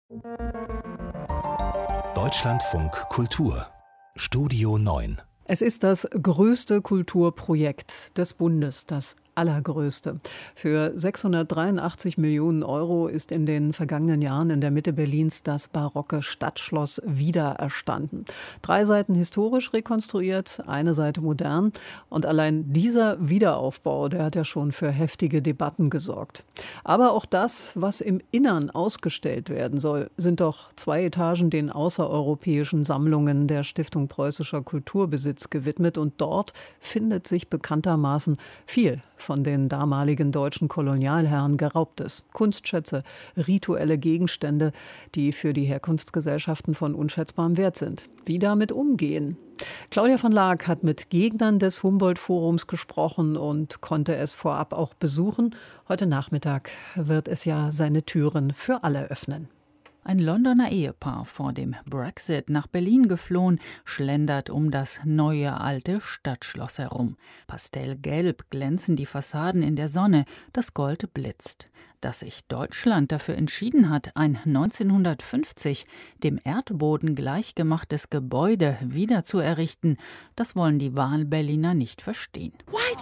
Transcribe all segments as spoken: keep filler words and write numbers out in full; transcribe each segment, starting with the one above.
Deutschlandfunk Kultur Studio neun. Es ist das größte Kulturprojekt des Bundes, das allergrößte. Für sechshundertdreiundachtzig Millionen Euro ist in den vergangenen Jahren in der Mitte Berlins das barocke Stadtschloss wiedererstanden. Drei Seiten historisch rekonstruiert, eine Seite modern. Und allein dieser Wiederaufbau, der hat ja schon für heftige Debatten gesorgt. Aber auch das, was im Innern ausgestellt werden soll, sind doch zwei Etagen den außereuropäischen Sammlungen der Stiftung Preußischer Kulturbesitz gewidmet. Und dort findet sich bekanntermaßen viel von den damaligen deutschen Kolonialherren Geraubtes. Kunstschätze, rituelle Gegenstände, die für die Herkunftsgesellschaften von unschätzbarem Wert sind. Wie damit umgehen? Claudia von Laak hat mit Gegnern des Humboldt-Forums gesprochen und konnte es vorab auch besuchen. Heute Nachmittag wird es ja seine Türen für alle öffnen. Ein Londoner Ehepaar, vor dem Brexit nach Berlin geflohen, schlendert um das neue alte Stadtschloss herum. Pastellgelb glänzen die Fassaden in der Sonne, das Gold blitzt. Dass sich Deutschland dafür entschieden hat, ein neunzehnhundertfünfzig dem Erdboden gleichgemachtes Gebäude wieder zu errichten, das wollen die Wahlberliner nicht verstehen.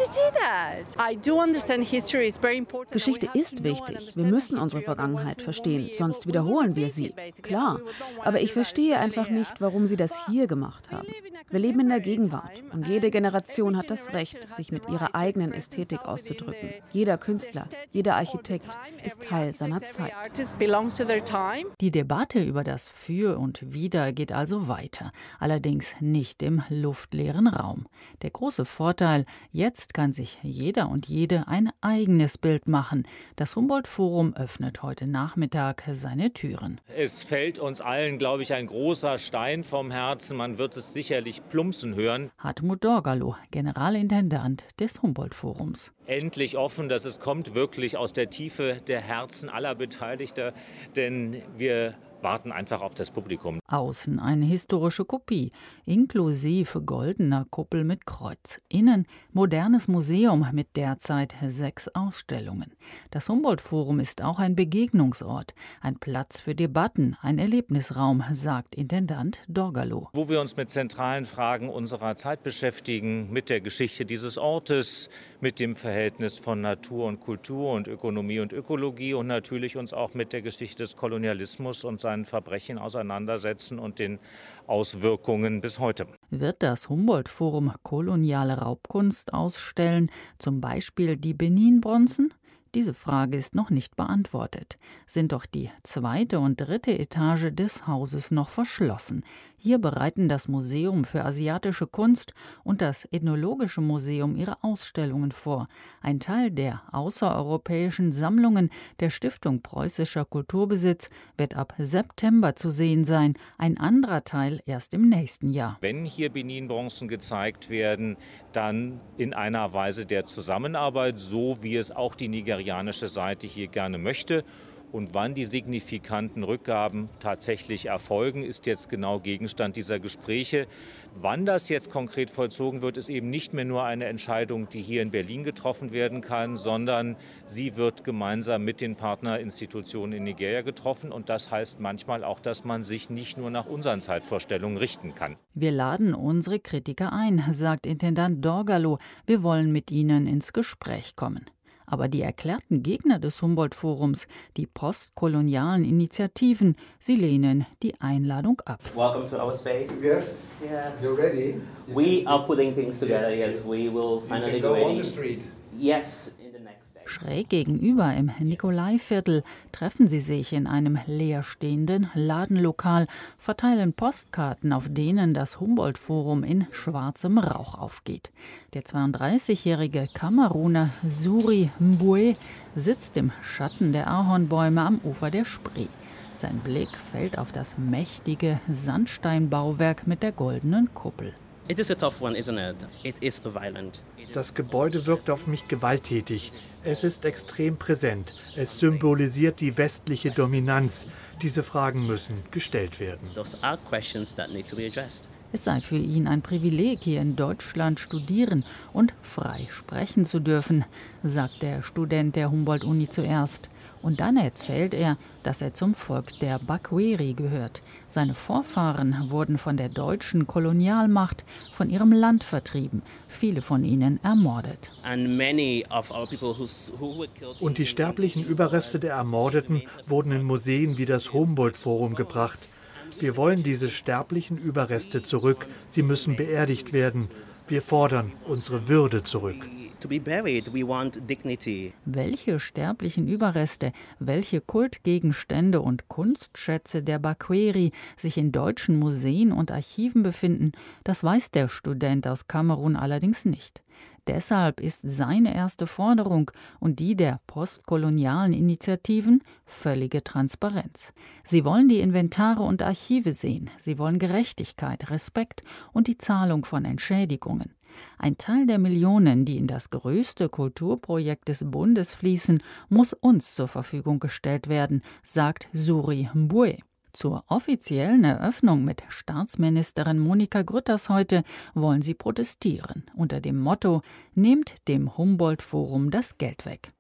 Geschichte ist wichtig. Wir müssen unsere Vergangenheit verstehen, sonst wiederholen wir sie. Klar, aber ich verstehe einfach nicht, warum sie das hier gemacht haben. Wir leben in der Gegenwart und jede Generation hat das Recht, sich mit ihrer eigenen Ästhetik auszudrücken. Jeder Künstler, jeder Architekt ist Teil seiner Zeit. Die Debatte über das Für und Wider geht also weiter, allerdings nicht im luftleeren Raum. Der große Vorteil, jetzt kann sich jeder und jede ein eigenes Bild machen. Das Humboldt-Forum öffnet heute Nachmittag seine Türen. Es fällt uns allen, glaube ich, ein großer Stein vom Herzen. Man wird es sicherlich plumpsen hören. Hartmut Dorgalow, Generalintendant des Humboldt-Forums. Endlich offen, dass es kommt wirklich aus der Tiefe der Herzen aller Beteiligter, denn wir warten einfach auf das Publikum. Außen eine historische Kopie, inklusive goldener Kuppel mit Kreuz. Innen modernes Museum mit derzeit sechs Ausstellungen. Das Humboldt-Forum ist auch ein Begegnungsort, ein Platz für Debatten, ein Erlebnisraum, sagt Intendant Dorgalow. Wo wir uns mit zentralen Fragen unserer Zeit beschäftigen, mit der Geschichte dieses Ortes, mit dem Verhältnis von Natur und Kultur und Ökonomie und Ökologie und natürlich uns auch mit der Geschichte des Kolonialismus und seinen Verbrechen auseinandersetzen und den Auswirkungen bis heute. Wird das Humboldt-Forum koloniale Raubkunst ausstellen, zum Beispiel die Benin-Bronzen? Diese Frage ist noch nicht beantwortet. Sind doch die zweite und dritte Etage des Hauses noch verschlossen. Hier bereiten das Museum für asiatische Kunst und das Ethnologische Museum ihre Ausstellungen vor. Ein Teil der außereuropäischen Sammlungen der Stiftung Preußischer Kulturbesitz wird ab September zu sehen sein, ein anderer Teil erst im nächsten Jahr. Wenn hier Benin-Bronzen gezeigt werden, dann in einer Weise der Zusammenarbeit, so wie es auch die nigerianische Seite hier gerne möchte. Und wann die signifikanten Rückgaben tatsächlich erfolgen, ist jetzt genau Gegenstand dieser Gespräche. Wann das jetzt konkret vollzogen wird, ist eben nicht mehr nur eine Entscheidung, die hier in Berlin getroffen werden kann, sondern sie wird gemeinsam mit den Partnerinstitutionen in Nigeria getroffen. Und das heißt manchmal auch, dass man sich nicht nur nach unseren Zeitvorstellungen richten kann. Wir laden unsere Kritiker ein, sagt Intendant Dorgalow. Wir wollen mit ihnen ins Gespräch kommen. Aber die erklärten Gegner des Humboldt-Forums, die postkolonialen Initiativen, sie lehnen die Einladung ab. Welcome to our space. Yes. Yeah. You're ready. We are putting things together. Yes, we will finally go be on the ready. street. Yes, in the next day. Schräg gegenüber im Nikolaiviertel treffen sie sich in einem leerstehenden Ladenlokal, verteilen Postkarten, auf denen das Humboldt-Forum in schwarzem Rauch aufgeht. Der zweiunddreißigjährige Kameruner Suri Mbue sitzt im Schatten der Ahornbäume am Ufer der Spree. Sein Blick fällt auf das mächtige Sandsteinbauwerk mit der goldenen Kuppel. It is a tough one, isn't it? It is violent. Das Gebäude wirkt auf mich gewalttätig. Es ist extrem präsent. Es symbolisiert die westliche Dominanz. Diese Fragen müssen gestellt werden. Those are questions that need to be addressed. Es sei für ihn ein Privileg, hier in Deutschland studieren und frei sprechen zu dürfen, sagt der Student der Humboldt-Uni zuerst. Und dann erzählt er, dass er zum Volk der Bakweri gehört. Seine Vorfahren wurden von der deutschen Kolonialmacht von ihrem Land vertrieben, viele von ihnen ermordet. Und die sterblichen Überreste der Ermordeten wurden in Museen wie das Humboldt-Forum gebracht. Wir wollen diese sterblichen Überreste zurück. Sie müssen beerdigt werden. Wir fordern unsere Würde zurück. Welche sterblichen Überreste, welche Kultgegenstände und Kunstschätze der Bakweri sich in deutschen Museen und Archiven befinden, das weiß der Student aus Kamerun allerdings nicht. Deshalb ist seine erste Forderung und die der postkolonialen Initiativen völlige Transparenz. Sie wollen die Inventare und Archive sehen. Sie wollen Gerechtigkeit, Respekt und die Zahlung von Entschädigungen. Ein Teil der Millionen, die in das größte Kulturprojekt des Bundes fließen, muss uns zur Verfügung gestellt werden, sagt Suri Mbue. Zur offiziellen Eröffnung mit Staatsministerin Monika Grütters heute wollen sie protestieren, unter dem Motto: Nehmt dem Humboldt-Forum das Geld weg.